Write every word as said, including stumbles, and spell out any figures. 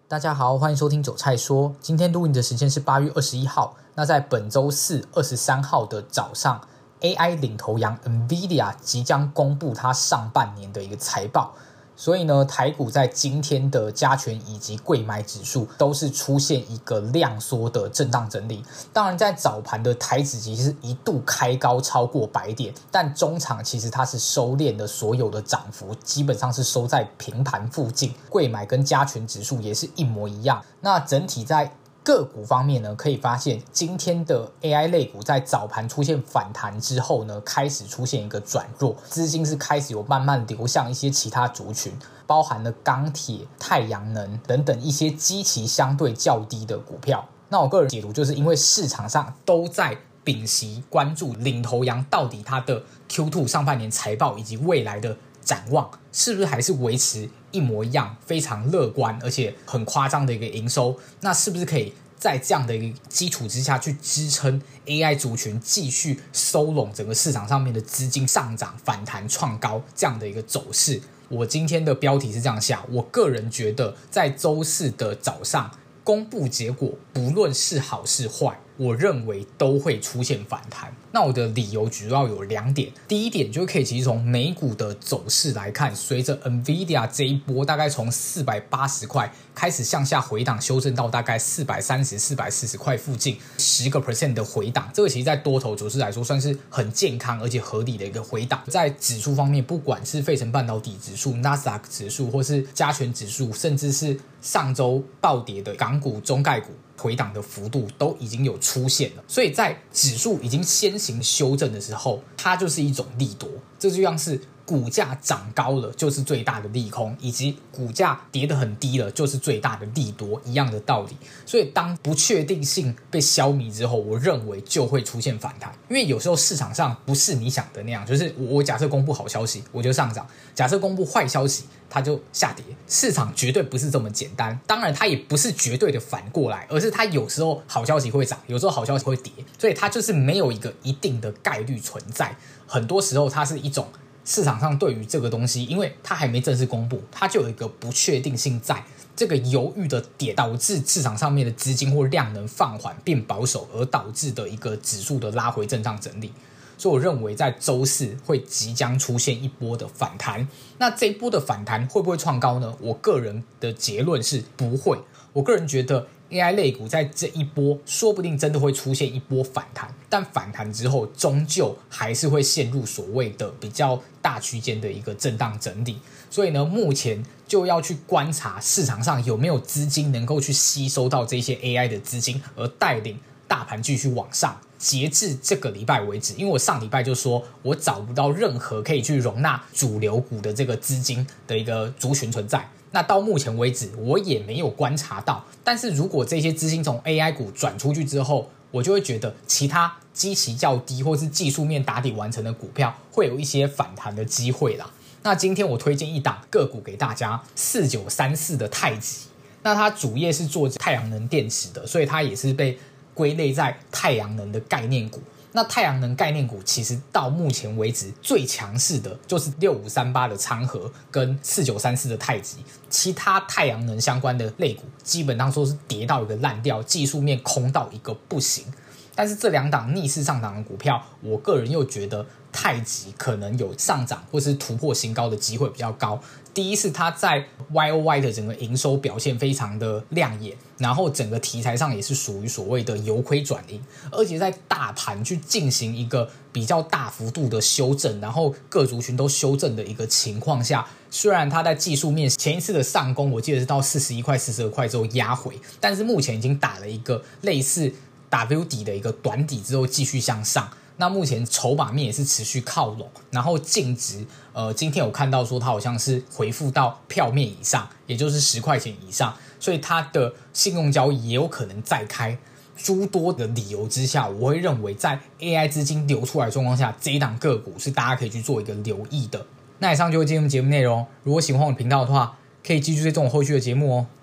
大家好，欢迎收听韭菜说。今天录音的时间是八月二十一号。那在本周四二十三号的早上 ，A I 领头羊 NVIDIA 即将公布它上半年的一个财报。所以呢，台股在今天的加权以及柜买指数都是出现一个量缩的震荡整理。当然，在早盘的台指期是一度开高超过百点，但中场其实它是收敛了所有的涨幅，基本上是收在平盘附近。柜买跟加权指数也是一模一样。那整体在个股方面呢，可以发现今天的 A I 类股在早盘出现反弹之后呢，开始出现一个转弱，资金是开始有慢慢流向一些其他族群，包含了钢铁、太阳能等等一些基期相对较低的股票。那我个人解读就是因为市场上都在屏息关注领头羊到底它的 Q 二 上半年财报以及未来的展望是不是还是维持一模一样非常乐观而且很夸张的一个营收，那是不是可以在这样的一个基础之下去支撑 A I 族群继续收拢整个市场上面的资金上涨反弹创高这样的一个走势。我今天的标题是这样下，我个人觉得在周四的早上公布结果，不论是好是坏，我认为都会出现反弹。那我的理由主要有两点。第一点就可以其实从美股的走势来看，随着 NVIDIA 这一波大概从四百八十块开始向下回档，修正到大概四百三十、四百四十块附近 百分之十 的回档，这个其实在多头走势来说算是很健康而且合理的一个回档。在指数方面，不管是费城半导体指数、纳斯达克指数或是加权指数，甚至是上周暴跌的港股、中概股，回档的幅度都已经有出现了。所以在指数已经先行修正的时候，它就是一种利多。这就像是股价涨高了就是最大的利空，以及股价跌得很低了就是最大的利多一样的道理。所以当不确定性被消弭之后，我认为就会出现反弹。因为有时候市场上不是你想的那样，就是我假设公布好消息我就上涨，假设公布坏消息它就下跌，市场绝对不是这么简单。当然它也不是绝对的反过来，而是它有时候好消息会涨，有时候好消息会跌，所以它就是没有一个一定的概率存在。很多时候它是一种市场上对于这个东西，因为它还没正式公布，它就有一个不确定性在，这个犹豫的点导致市场上面的资金或量能放缓变保守，而导致的一个指数的拉回震荡整理。所以我认为在周四会即将出现一波的反弹。那这一波的反弹会不会创高呢？我个人的结论是不会。我个人觉得 A I 类股在这一波说不定真的会出现一波反弹，但反弹之后终究还是会陷入所谓的比较大区间的一个震荡整理。所以呢，目前就要去观察市场上有没有资金能够去吸收到这些 A I 的资金，而带领大盘继续往上。截至这个礼拜为止，因为我上礼拜就说我找不到任何可以去容纳主流股的这个资金的一个族群存在，那到目前为止我也没有观察到。但是如果这些资金从 A I 股转出去之后，我就会觉得其他基期较低或是技术面打底完成的股票会有一些反弹的机会啦。那今天我推荐一档个股给大家，四九三四的太极。那它主业是做太阳能电池的，所以它也是被归类在太阳能的概念股。那太阳能概念股其实到目前为止最强势的就是六五三八的昌河跟四九三四的太极，其他太阳能相关的类股基本上说是跌到一个烂掉，技术面空到一个不行。但是这两档逆势上涨的股票，我个人又觉得太极可能有上涨或是突破新高的机会比较高。第一是它在 Y O Y 的整个营收表现非常的亮眼，然后整个题材上也是属于所谓的由亏转盈，而且在大盘去进行一个比较大幅度的修正，然后各族群都修正的一个情况下，虽然它在技术面前一次的上攻我记得是到四十一块四十二块之后压回，但是目前已经打了一个类似 W 底的一个短底之后继续向上。那目前筹码面也是持续靠拢，然后净值呃，今天我看到说它好像是回复到票面以上，也就是十块钱以上，所以它的信用交易也有可能再开。诸多的理由之下，我会认为在 A I 资金流出来的状况下，这一档个股是大家可以去做一个留意的。那以上就是今天节目内容，如果喜欢我的频道的话，可以继续追踪我后续的节目哦。